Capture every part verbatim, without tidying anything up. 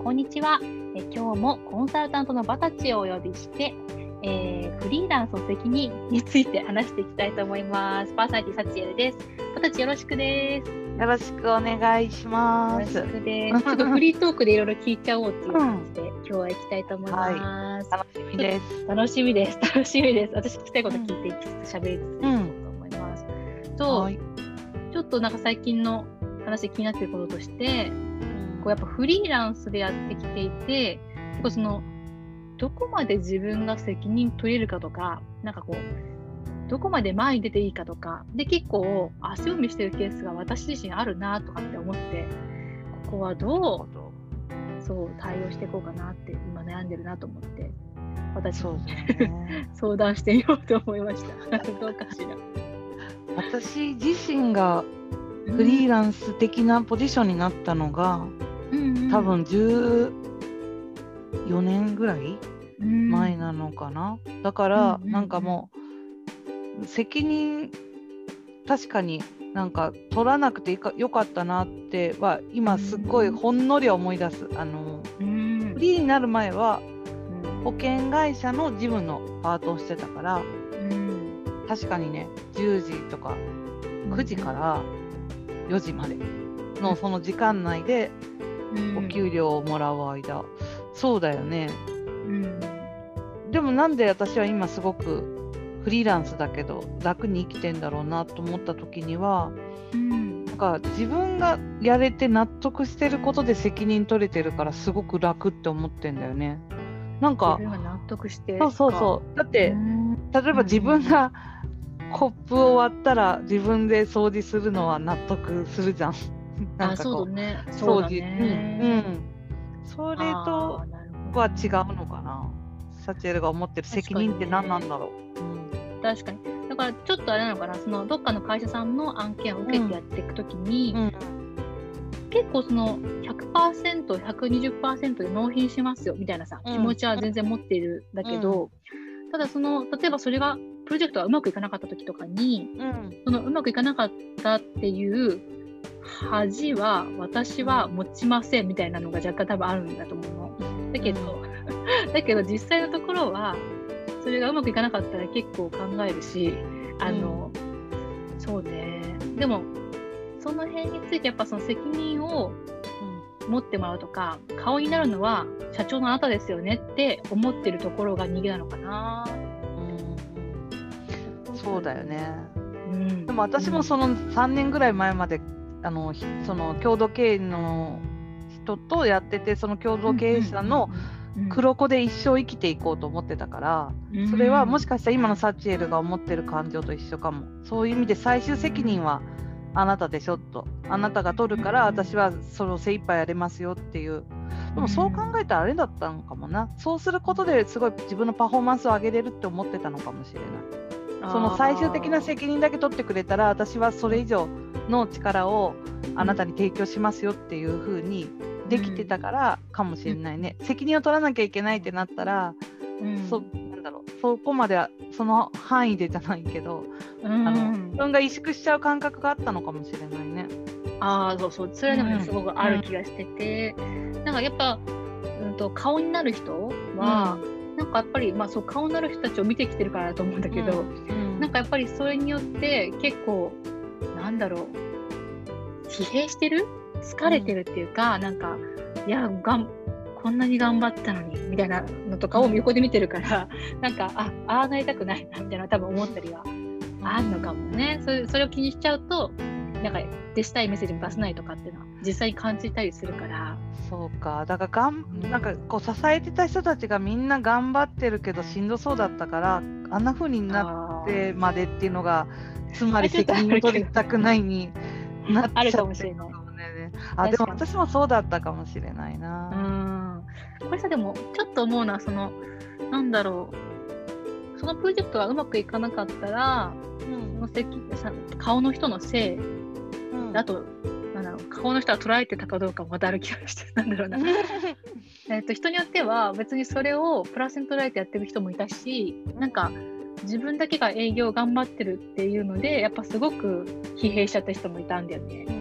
こんにちは。え今日もコンサルタントのバタチをお呼びして、えー、フリーランスの責任について話していきたいと思います。パーソナリティサチエルです。バタチよろしくです。 よろしくお願いします。 よろしくです。ちょっとフリートークでいろいろ聞いちゃおうっていう感じで、うん、今日は行きたいと思います。 はい、楽しみです。 楽しみです。楽しみです。私聞きたいこと聞いていきつつ喋りつついこうと思います。うん、と、はい、ちょっとなんか最近の話気になっていることとして、こうやっぱフリーランスでやってきていて、結構そのどこまで自分が責任取れるかとか、なんかこうどこまで前に出ていいかとかで結構足踏みしてるケースが私自身あるなとかって思って、ここはどうそう対応していこうかなって今悩んでるなと思って、私も、ね、相談してみようと思いました。どうかしら。 私自身がフリーランス的なポジションになったのが、うんうん、多分じゅうよねんぐらい前なのかな、うん、だからなんかもう責任確かになんか取らなくてよかったなっては今すっごいほんのり思い出す。あの、うん、フリーになる前は保険会社の事務のパートをしてたから、うん、確かにねじゅうじとかくじからよじまでのその時間内でお給料をもらう間、うん、そうだよね、うん、でもなんで私は今すごくフリーランスだけど楽に生きてんだろうなと思った時には、うん、なんか自分がやれて納得してることで責任取れてるからすごく楽って思ってんだよね。なんか自分が納得してそうそうそうだって、うん、例えば自分がコップを割ったら自分で掃除するのは納得するじゃん。 なんかこう、あ、そうだね。そうだね。 うんうん、それとは違うのかな。サチエルが思ってる責任って何なんだろう。 うん、確かに。だからちょっとあれなのかな。そのどっかの会社さんの案件を受けてやっていくときに、うんうん、結構その ひゃくパーセント、ひゃくにじゅっパーセント で納品しますよみたいなさ、気持ちは全然持っているんだけど、うん、ただその例えばそれがプロジェクトがうまくいかなかった時とかに、うん、そのうまくいかなかったっていう恥は私は持ちませんみたいなのが若干多分あるんだと思うの。だけど、うん、だけど実際のところはそれがうまくいかなかったら結構考えるし、あの、うん、そうね。でもその辺についてやっぱその責任を持ってもらうとか、顔になるのは社長のあなたですよねって思ってるところが逃げなのかな。 そうだよね、うん、でも私もそのさんねんぐらい前まであのその共同経営の人とやってて、その共同経営者の黒子で一生生きていこうと思ってたから、うん、それはもしかしたら今のサチエルが思ってる感情と一緒かも。そういう意味で最終責任はあなたでしょと、あなたが取るから私はそれを精一杯やれますよっていう。でもそう考えたらあれだったのかもな。そうすることですごい自分のパフォーマンスを上げれるって思ってたのかもしれない。その最終的な責任だけ取ってくれたら私はそれ以上の力をあなたに提供しますよっていう風にできてたからかもしれないね、うん、責任を取らなきゃいけないってなったら、うん、そ, なんだろうそこまではその範囲でじゃないけど、うん、あの自分が萎縮しちゃう感覚があったのかもしれないね。 ああそうそう、それでも、ね、すごくある気がしてて、うん、なんかやっぱ、うん、と顔になる人は、うんなんかやっぱり、まあ、そう顔になる人たちを見てきてるからだと思うんだけど、うんうん、なんかやっぱりそれによって結構なんだろう疲弊してる疲れてるっていうか、うん、なんかいやがんこんなに頑張ったのにみたいなのとかを横で見てるから、うん、なんかあああなりたくないなみたいな多分思ったりはあるのかもね。それ、それを気にしちゃうとなんか出したいメッセージも出せないとかっていうのは実際に感じたりするから。 そうか、だからがんなんかこう支えてた人たちがみんな頑張ってるけどしんどそうだったからあんな風になってまでっていうのがつまり責任を取りたくないになっちゃってるかもしれない。あ、でも私もそうだったかもしれないな。 うん、これさでもちょっと思うのはそのなんだろうそのプロジェクトがうまくいかなかったら、うん、その責顔の人のせいだと、うんなんだろう顔の人は捉えてたかどうかもまたある気がしてなんだろうなえと人によっては別にそれをプラスに捉えてやってる人もいたし、なんか自分だけが営業頑張ってるっていうのでやっぱすごく疲弊しちゃった人もいたんだよね、うんうん、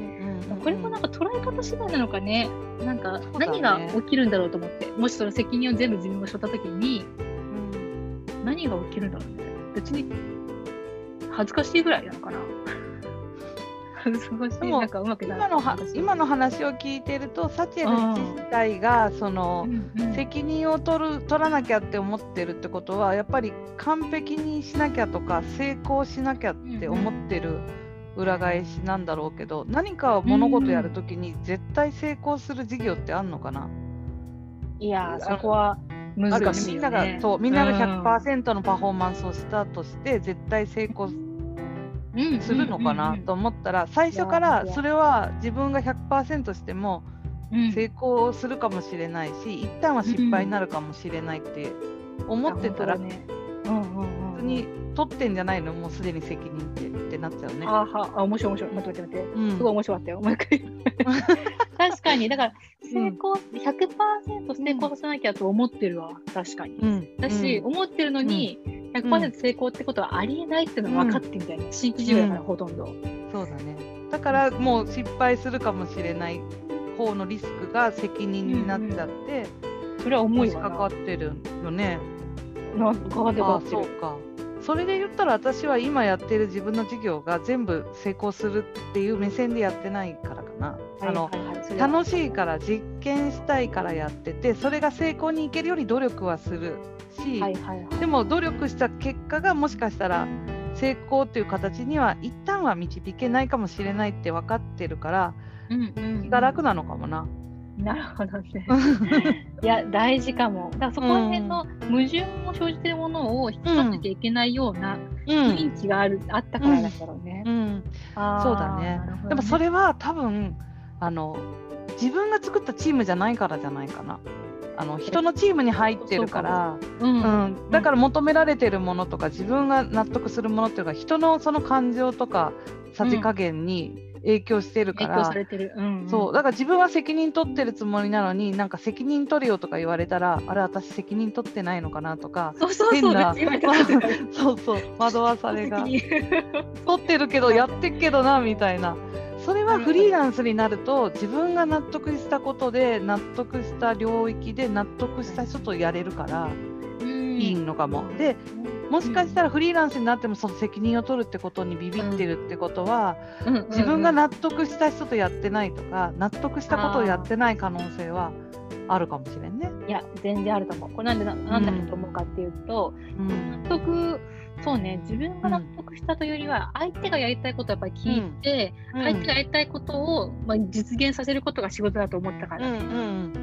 これもなんか捉え方次第なのかね。なんか何が起きるんだろうと思って、ね、もしその責任を全部自分が背負った時に、うん、何が起きるんだろうね。別に恥ずかしいぐらいなのかな。恥ずかしい。なんかうまくな今のは今の話を聞いてると、サチエル自体がその、うんうん、責任を取る取らなきゃって思ってるってことは、やっぱり完璧にしなきゃとか成功しなきゃって思ってる裏返しなんだろうけど、何か物事やるときに絶対成功する事業ってあんのかな。 いやそこは難しいよね。みんながそうみんなが ひゃくパーセント のパフォーマンスをスタートして絶対成功するのかなと思ったら、最初からそれは自分が ひゃくパーセント しても成功するかもしれないし、一旦は失敗になるかもしれないって思ってたら、普通に取ってんじゃないの、もうすでに責任ってってなっちゃうね。 あはあ、面白い面白い。待って待って待って、うん、すごい面白かったよ。もう一回確かにだから成功、うん、ひゃくパーセント 成功させなきゃと思ってるわ、確かに。うん、だし、うん、思ってるのに、うん、ひゃくパーセント 成功ってことはありえないっていうのが分かってみたいな、うん、新規事業だから、ほとんど。 そうだね。だからもう失敗するかもしれない方のリスクが責任になっちゃって、 うんうん、それは重いわな。 かかってるよね。 なんかかかってるかかってる。 あ、そうか。それで言ったら私は今やってる自分の事業が全部成功するっていう目線でやってないからかな。あの、はいはいはい、楽しいから実験したいからやってて、それが成功にいけるより努力はするし、はいはいはい、でも努力した結果がもしかしたら成功という形には一旦は導けないかもしれないって分かってるから、うんうんうん、気が楽なのかもな。 なるほどね。いや大事かも。だからそこら辺の矛盾も生じているものを引き出さなきゃいけないような雰囲気がある、うん、あったからなんだろうね。うんうん、 あそうだね。ね。でもそれは多分あの自分が作ったチームじゃないからじゃないかな。あの人のチームに入ってるから、うんうん、だから求められてるものとか自分が納得するものっていうか、人のその感情とかさじ加減に影響してるから、 影響されてる、うんうん、 そうだから自分は責任取ってるつもりなのに、なんか責任取れよとか言われたら、あれ私責任取ってないのかなとか、 そうそうそう、変なそうそう惑わされが取ってるけどやってっけどなみたいな。それはフリーランスになると自分が納得したことで納得した領域で納得した人とやれるからいいのかも。でもしかしたらフリーランスになってもその責任を取るってことにビビってるってことは、自分が納得した人とやってないとか納得したことをやってない可能性はあるかもしれんね。 いや全然あると思う。これなんでな、なんだと思うかっていうと、うん、納得そうね、自分が納得したというよりは、相手がやりたいことをやっぱり聞いて、うん、相手がやりたいことを、まあ、実現させることが仕事だと思ったから、 うんうん、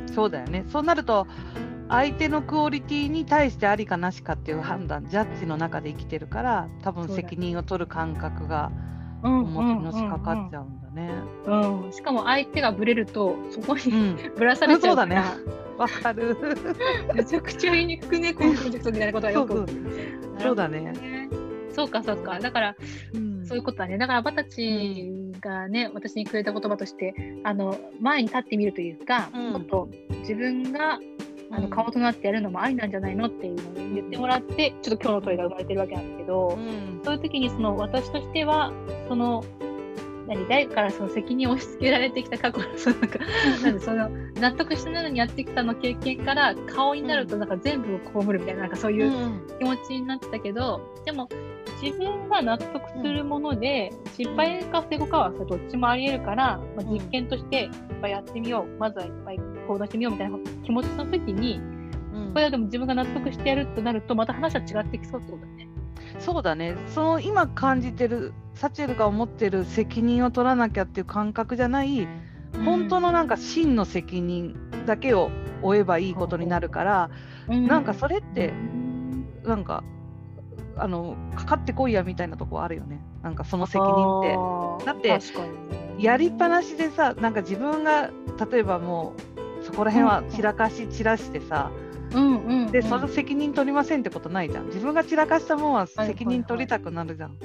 そうだよね。そうなると相手のクオリティに対してありかなしかっていう判断、ジャッジの中で生きてるから、多分責任を取る感覚が重くのしかかっちゃうんだね。 うん、しかも相手がブレるとそこに、うん、ぶらされちゃうから、 そうだね。わかる。 めちゃくちゃ言いにくくね、このプロジェクトみたいなことはよく。 そうそうそうだね。 そうかそうか。だから、うん、そういうことだね。だからバタチがね、うん、私にくれた言葉として、あの前に立ってみるというか、うん、もっと自分があの顔となってやるのもありなんじゃないのっていうのを言ってもらって、ちょっと今日の問いが生まれてるわけなんだけど、うん、そういう時にその私としてはその何誰からその責任を押し付けられてきた過去のそのなんかなんでその納得してないのにやってきたの経験から顔になるとなんか全部を被るみたいな、なんかそういう気持ちになってたけど、でも自分が納得するもので失敗か成功かはどっちもありえるから、まあ、実験としていっぱいやってみよう、まずはいっぱい行動してみようみたいな気持ちの時に、これはでも自分が納得してやるとなるとまた話は違ってきそうってことだね。 そうだね。その今感じてるサチェルが思ってる責任を取らなきゃっていう感覚じゃない、うん、本当のなんか真の責任だけを負えばいいことになるから、うん、なんかそれってなんかあのかかってこいやみたいなとこあるよね。なんかその責任ってだってやりっぱなしでさ、なんか自分が例えばもうそこら辺は散らかし散らしてさ、うんうんうん、でその責任取りませんってことないじゃん。自分が散らかしたもんは責任取りたくなるじゃん、はいはいはい、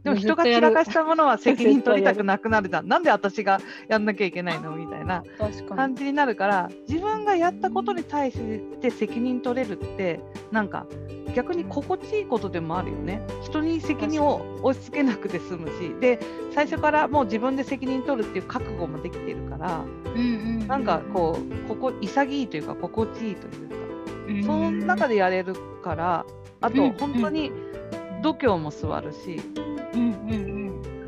でも人が散らかしたものは責任取りたくなくなるじゃん。なんで私がやんなきゃいけないのみたいな感じになるから、自分がやったことに対して責任取れるってなんか逆に心地いいことでもあるよね。人に責任を押し付けなくて済むし、で最初からもう自分で責任取るっていう覚悟もできているから、うんうんうん、なんかこうここ潔いというか心地いいというか、うんうん、その中でやれるから、あと本当に度胸も座るし、うんうんうん、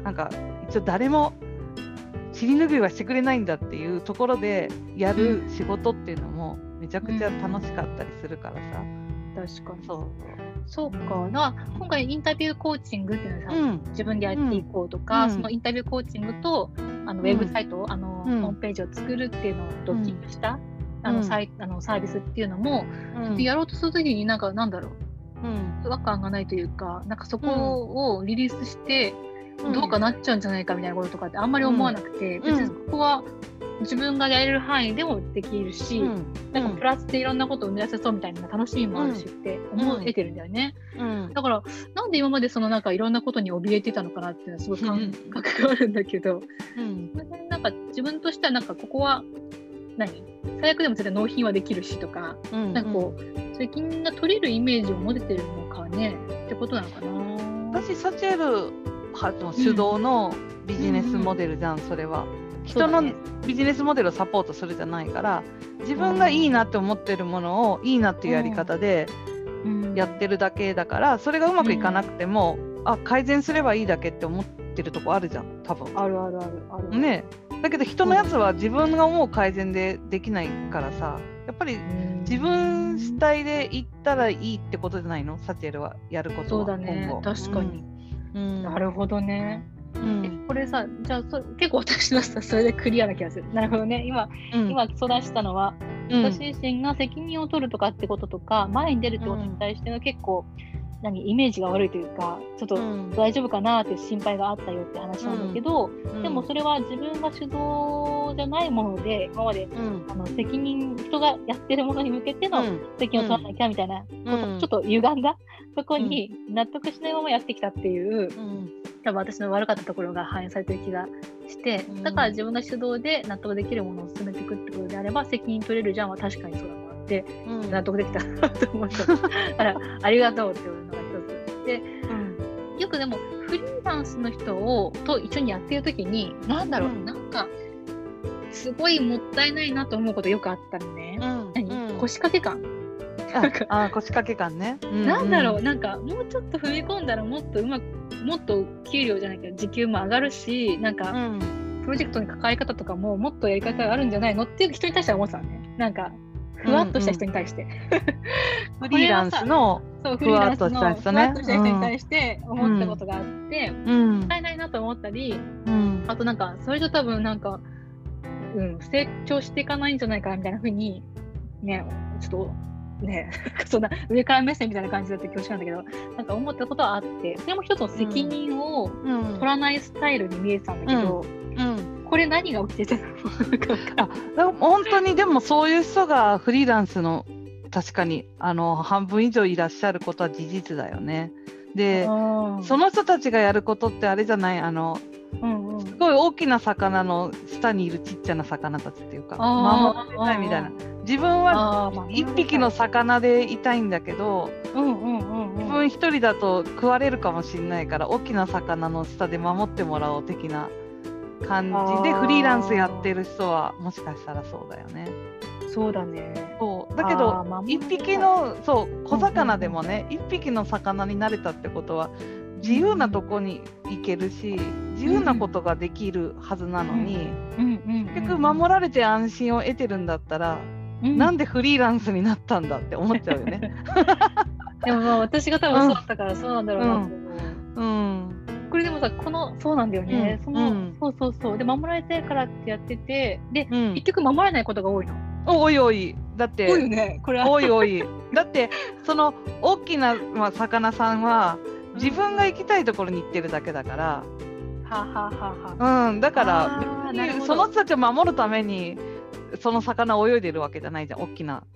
なんか一応誰も尻拭いはしてくれないんだっていうところでやる仕事っていうのもめちゃくちゃ楽しかったりするからさ、 うん、確かにそうそうかな。今回インタビューコーチングっていうのをさ、うん、自分でやっていこうとか、うん、そのインタビューコーチングとあのウェブサイト、うん、あのホームページを作るっていうのをドッキングした、うん、あのサイあのサービスっていうのも、うん、やろうとするときになんかなんだろう、うん、違和感がないというか、なんかそこをリリースしてどうかなっちゃうんじゃないかみたいなこととかってあんまり思わなくて、うん、別にここは自分がやれる範囲でもできるし、うん、なんかプラスでいろんなことを生み出せそうみたいな楽しみもあるしって思えてるんだよね、うん、だからなんで今までそのなんかいろんなことに怯えてたのかなっていうのはすごい感覚があるんだけど、うん、なんか自分としてはなんかここは何最悪でも絶対納品はできるしとか、うんうん、なんかこう責任が取れるイメージを持ててるのかねってことなのかな。 私サチエルの主導のビジネスモデルじゃん、うんうん、それは人のビジネスモデルをサポートするじゃないから、自分がいいなって思ってるものをいいなっていうやり方でやってるだけだから、それがうまくいかなくても、うん、あ改善すればいいだけって思ってるとこあるじゃん多分。 あるあるあるあるね。だけど人のやつは自分が思う改善でできないからさ、やっぱり自分主体で行ったらいいってことじゃないの、サチエルはやることは。 そうだね、確かに、うん、なるほどね。うん、えこれさ、じゃあそ結構私のさそれでクリアな気がする。なるほどね。今、うん、今相談したのは、うん、私自身が責任を取るとかってこととか前に出るってことに対しての結構、うん、何イメージが悪いというか、ちょっと大丈夫かなって心配があったよって話なんだけど、うん、でもそれは自分が主導じゃないもので今まで、うん、あの責任人がやってるものに向けての責任を取らなきゃみたいなこと、うん、ちょっと歪んだそこに納得しないままやってきたっていう、うん、多分私の悪かったところが反映されてる気がして、うん、だから自分が主導で納得できるものを進めていくってことであれば責任取れるじゃんは確かにそうだなって、うん、納得できたなと思ったからありがとうっていうのが一つで、うん、よくでもフリーランスの人をと一緒にやってる時に何だろう、うん、なんかすごいもったいないなと思うことよくあったのね、うん、何、うん、腰掛け感ああ腰掛け感ね、 うんうん、なんだろう、なんかもうちょっと踏み込んだらもっとうまくもっと給料じゃないけど時給も上がるし、なんか、うん、プロジェクトの抱え方とかももっとやり方があるんじゃないのっていう人に対しては思ってたのね。なんかふわっとした人に対して、 うんうん、フリーランスのふわっとした人ね、 ふわっとした人に対して思ったことがあって、うん、もったいないなと思ったり、うん、あとなんかそれじゃ多分なんか、うん、成長していかないんじゃないかみたいな風にね、ちょっとね、そんな上から目線みたいな感じだって恐縮なんだけど、なんか思ったことはあって、それも一つの責任を取らないスタイルに見えてたんだけど、うんうん、これ何が起きてたのあ本当にでもそういう人がフリーランスの確かにあの半分以上いらっしゃることは事実だよね。でその人たちがやることってあれじゃない、あの、うんうん、すごい大きな魚の下にいるちっちゃな魚たちっていうか守りたいみたいな、自分は一匹の魚でいたいんだけど、うんうんうんうん、自分一人だと食われるかもしれないから大きな魚の下で守ってもらおう的な感じでフリーランスやってる人はもしかしたらそうだよね。 そうだね。 そうだけど一匹のそう小魚でもね、うんうんうん、一匹の魚になれたってことは自由なとこに行けるし、自由なことができるはずなのに、うんうんうんうん、結局守られて安心を得てるんだったら、うん、なんでフリーランスになったんだって思っちゃうよねでもまあ私が多分そうだったからそうなんだろうなと思う、うんうん、これでもさこのそうなんだよね、うん、その、うん、そうそうそうで守られてるからってやっててで、うん、結局守られないことが多いの。 おいおいだって多いよねこれはおいおいだってその大きな、まあ、魚さんは自分が行きたいところに行ってるだけだから、はあ、はあはあ、 うん、だからその人たちを守るためにその魚を泳いでるわけじゃないじゃん。大きな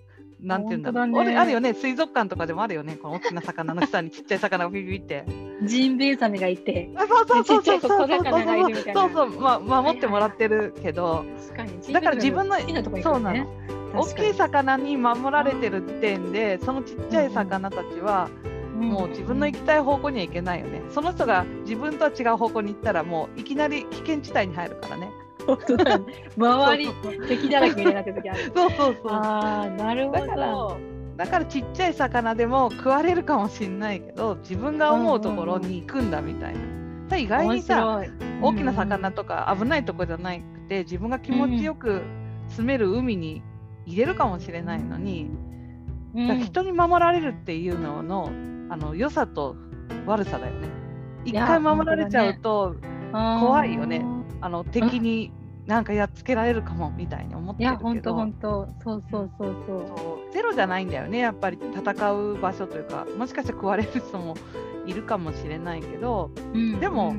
なんていうんだろう、 ね、 あるよね、水族館とかでもあるよね、この大きな魚の下にちっちゃい魚がビビビってジンベエザメがいて、 そうそうそうそうそうそうそうそうそう、まあ、守ってもらってるけど、はいはい、確かにだから自分の好きなところに行くね、そうなの、大きい魚に守られてる時点でそのちっちゃい魚たちは、うん、もう自分の行きたい方向には行けないよね。その人が自分とは違う方向に行ったらもういきなり危険地帯に入るからね。 本当だね、周り敵だらけみたいになってる時ある。 そうそうそう。 ああ、なるほど。 だからだからちっちゃい魚でも食われるかもしれないけど、自分が思うところに行くんだみたいな。うんうん、意外にさ、大きな魚とか危ないとこじゃなくて、自分が気持ちよく住める海に入れるかもしれないのに、うん、だから人に守られるっていうのの、あの良さと悪さだよね。一回守られちゃうと怖いよね。あの敵になんかやっつけられるかもみたいに思ってるけど、いや本当本当そうそうそうそう、 そうゼロじゃないんだよね、やっぱり戦う場所というか、もしかして食われる人もいるかもしれないけど、うん、でも、うん、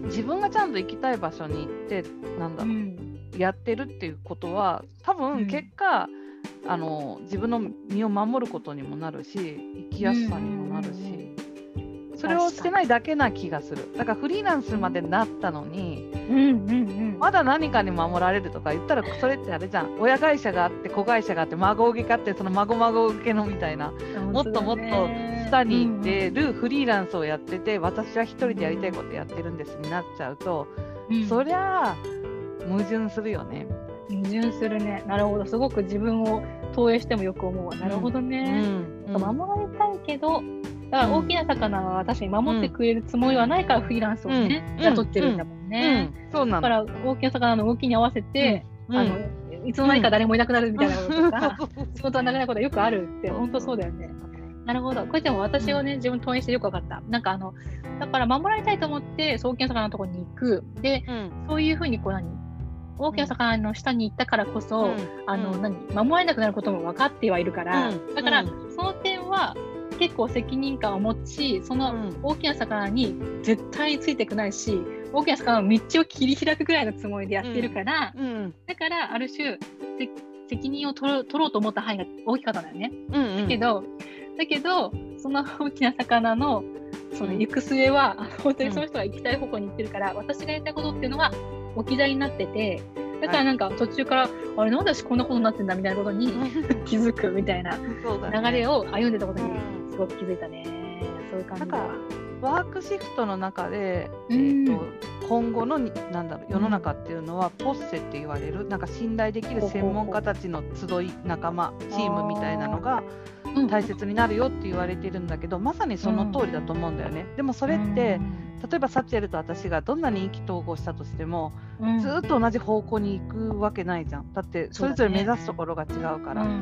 自分がちゃんと行きたい場所に行ってなんだろう、うん、やってるっていうことは多分結果、うん、あの自分の身を守ることにもなるし、生きやすさにもなるし、うん、それをしてないだけな気がする。だからフリーランスまでなったのに、うんうんうん、まだ何かに守られるとか言ったら、それってあれじゃん、親会社があって子会社があって孫請けがあって、その孫孫請けのみたいな、もっともっと下にいてるフリーランスをやってて、うん、私は一人でやりたいことやってるんですになっちゃうと、うん、そりゃあ矛盾するよね。 矛盾するね。なるほど、すごく自分を投影してもよく思うわ。なるほどね、うんうん、守られたいけど、だから大きな魚は確かに守ってくれるつもりはないからフリーランスをね、うん、雇ってるんだもんね、うんうん、そうなの。だから大きな魚の動きに合わせて、うん、あのいつの間にか誰もいなくなるみたいなこととか、うん、仕事はなくなることはよくあるって本当そうだよね。なるほど。これでも私をね、自分投影してよく分かった。なんかあのだから守られたいと思って大きな魚のところに行く。で、うん、そういうふうにこう何大きな魚の下に行ったからこそ、うん、あの何守られなくなることも分かってはいるから、うん、だから、うん、その点は結構責任感を持ち、その大きな魚に絶対についていくないし、大きな魚の道を切り開くぐらいのつもりでやってるから、うんうん、だからある種責任を取ろ、取ろうと思った範囲が大きかったんだよね、うんうん、だけどだけどその大きな魚のその行く末は、うん、本当にその人が行きたい方向に行ってるから、うん、私がやりたいことっていうのは置き去りになってて、だからなんか途中から、はい、あれなんで私こんなことになってんだみたいなことに気づくみたいな流れを歩んでたことにすごく気づいたね。そういう感じだ。なんかワークシフトの中で、えーと、今後のなんだろう世の中っていうのは、うん、ポッセって言われるなんか信頼できる専門家たちの集い仲間チームみたいなのが大切になるよって言われてるんだけど、うん、まさにその通りだと思うんだよね、うん、でもそれって、うん、例えばサチエルと私がどんなに意気投合したとしても、うん、ずっと同じ方向に行くわけないじゃん。だってそれぞれ目指すところが違うから、だね、うんうん、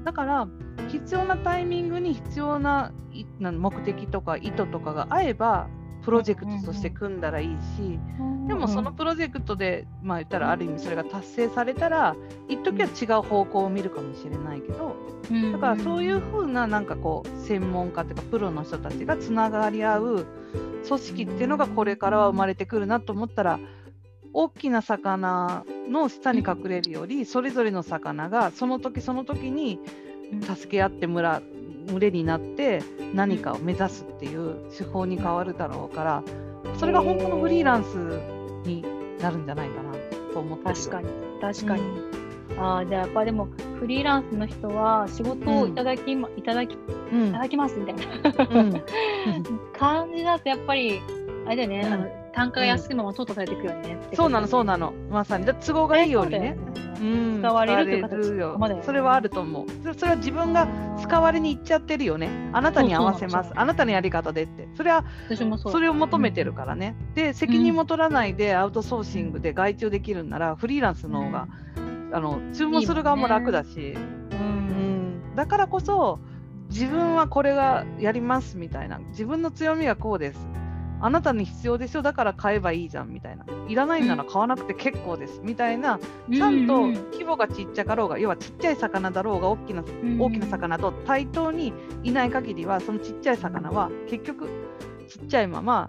だから必要なタイミングに必要な目的とか意図とかが合えばプロジェクトとして組んだらいいし、うんうん、でもそのプロジェクトで、まあ言ったらある意味それが達成されたら一時は違う方向を見るかもしれないけど、だからそういう風ななんかこう専門家というかプロの人たちがつながり合う組織っていうのがこれからは生まれてくるなと思ったら、大きな魚の下に隠れるよりそれぞれの魚がその時その時に助け合って村群れになって何かを目指すっていう手法に変わるだろうから、それが本当のフリーランスになるんじゃないかなと思ってる。 確かに確かに、うん、あじゃあやっぱでもフリーランスの人は仕事をいただき、うん、いただき、うん、いただきますみたいな、うん、感じだとやっぱりあれだよね、うん、あの単価が安いまま淘汰されていくよね、うん、 そうなのそうなの、まさにだ都合がいいようにね、うん、使われるという形よ、ね、それはあると思う。それは自分が使われに行っちゃってるよね。あなたに合わせます、あなたのやり方でって、それはそれを求めてるからね、うん、で責任も取らないでアウトソーシングで外注できるんなら、うん、フリーランスの方が、うん、あの注文する側も楽だし、いいもんね、うんうん、だからこそ自分はこれがやりますみたいな、自分の強みはこうです、あなたに必要でしょ、だから買えばいいじゃんみたいな、いらないなら買わなくて結構ですみたいな、ちゃんと規模がちっちゃかろうが、要はちっちゃい魚だろうが大きな、大きな魚と対等にいない限りは、そのちっちゃい魚は結局ちっちゃいまま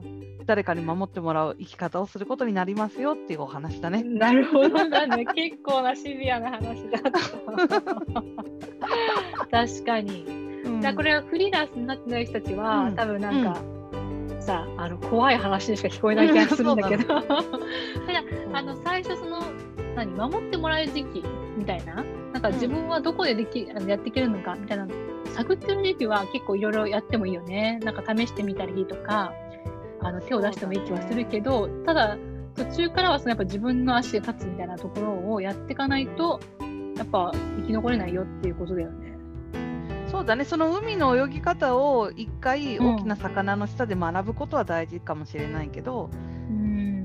誰かに守ってもらう生き方をすることになりますよっていうお話だね。 なるほどだね。結構なシビアな話だった確かに、うん、だこれはフリーランスになってない人たちは、うん、多分なんか、うん、さあの怖い話にしか聞こえない気がするんだけどただあの最初その何守ってもらえる時期みたいな、なんか自分はどこででき、うん、やっていけるのかみたいなの探ってる時期は結構いろいろやってもいいよね。なんか試してみたりとかあの手を出してもいい気はするけど、ただ途中からはそのやっぱ自分の足で立つみたいなところをやっていかないとやっぱ生き残れないよっていうことだよね。 そうだね。その海の泳ぎ方を一回大きな魚の下で学ぶことは大事かもしれないけど、うん、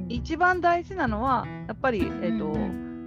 一番大事なのはやっぱり、えーとうん、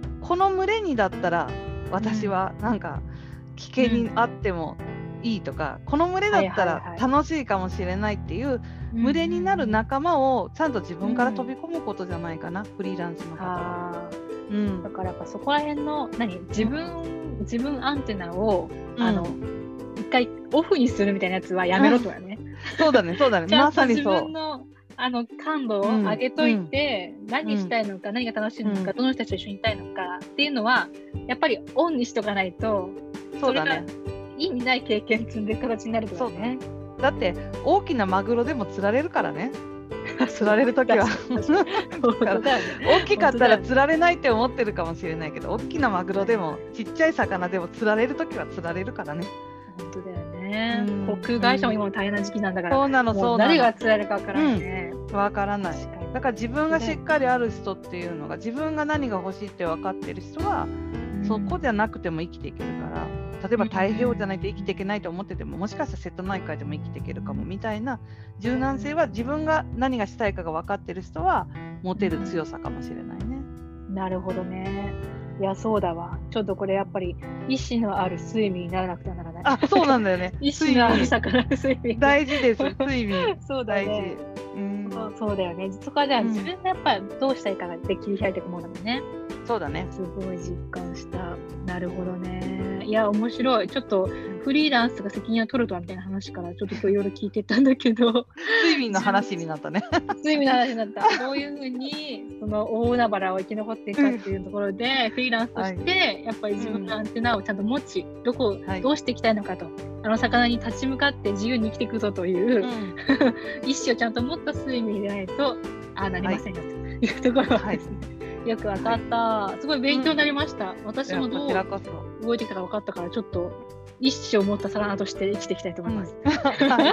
この群れにだったら私はなんか危険にあってもいいとか、うん、この群れだったら楽しいかもしれないっていう群れになる仲間をちゃんと自分から飛び込むことじゃないかな、うん、フリーランスの方は。 うん、だからやっぱそこら辺の何自分、うん、自分アンテナを、うん、あの一回オフにするみたいなやつはやめろとだね、うん、 そうだねそうだねまさにそう。 自分のあの感度を上げといて、うん、何したいのか、うん、何が楽しいのか、うん、どの人たちと一緒にいたいのかっていうのはやっぱりオンにしとかないと、 そうだね、 意味ない経験積んでる形になるからね。 だって大きなマグロでも釣られるからね釣られるときは大きかったら釣られないって思ってるかもしれないけど、大きなマグロでもちっちゃい魚でも釣られるときは釣られるからね。 本当だよね。航空会社も今も大変な時期なんだから、 そうなのそうなの、 誰が釣られるかわからないね、 うん、わからない。だから自分がしっかりある人っていうのが、自分が何が欲しいって分かってる人は、うん、そこじゃなくても生きていけるから、例えば太平洋じゃないと生きていけないと思ってても、もしかしたら瀬戸内海でも生きていけるかもみたいな柔軟性は、自分が何がしたいかが分かってる人は持てる強さかもしれないね。 なるほどね。いやそうだわ。ちょっとこれやっぱり意志のある睡眠にならなくてはならない。 あ、そうなんだよね。 意志のある魚の睡眠大事です。睡眠そうだね、大事、うん、そう、そうだよね。そこはじゃあ、うん、自分がやっぱりどうしたいかで切り開いていくものだもんね。 そうだね。 すごい実感した。なるほどね。いや面白い。ちょっとフリーランスが責任を取るとはみたいな話からちょっと今日いろいろ聞いてたんだけど睡眠の話になったね睡眠の話になった。どういうふうにその大海原を生き残っていくかっていうところで、うん、フリーランスとして、はい、やっぱり自分のアンテナをちゃんと持ち、どこをどうしていきたいのかと、はい、あの魚に立ち向かって自由に生きていくぞという、うん、意思をちゃんと持った睡眠でないとああなりませんよ、はい、というところはですね、はい、よく分かった、はい、すごい勉強になりました、うん、私もどう動いてきたか分かったから、ちょっと意思を持った魚として生きていきたいと思います、 うんはい、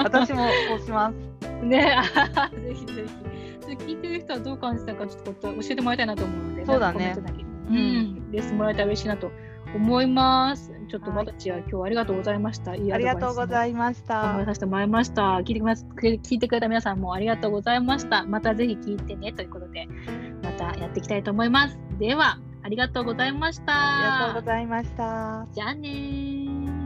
私もそうしますねぜひぜひ聞いてる人はどう感じたかちょっと教えてもらいたいなと思うので、 そうだね、 コメントだけ、うん、レッスンもらえたら嬉しいなと思います。ちょっとまたちは今日はありがとうございました。いいありがとうございました。 考えさせてもらいました。聞いてくれ、聞いてくれた皆さんもありがとうございました。またぜひ聞いてねということで、またやっていきたいと思います。では、ありがとうございました。 ありがとうございました。 じゃあねー。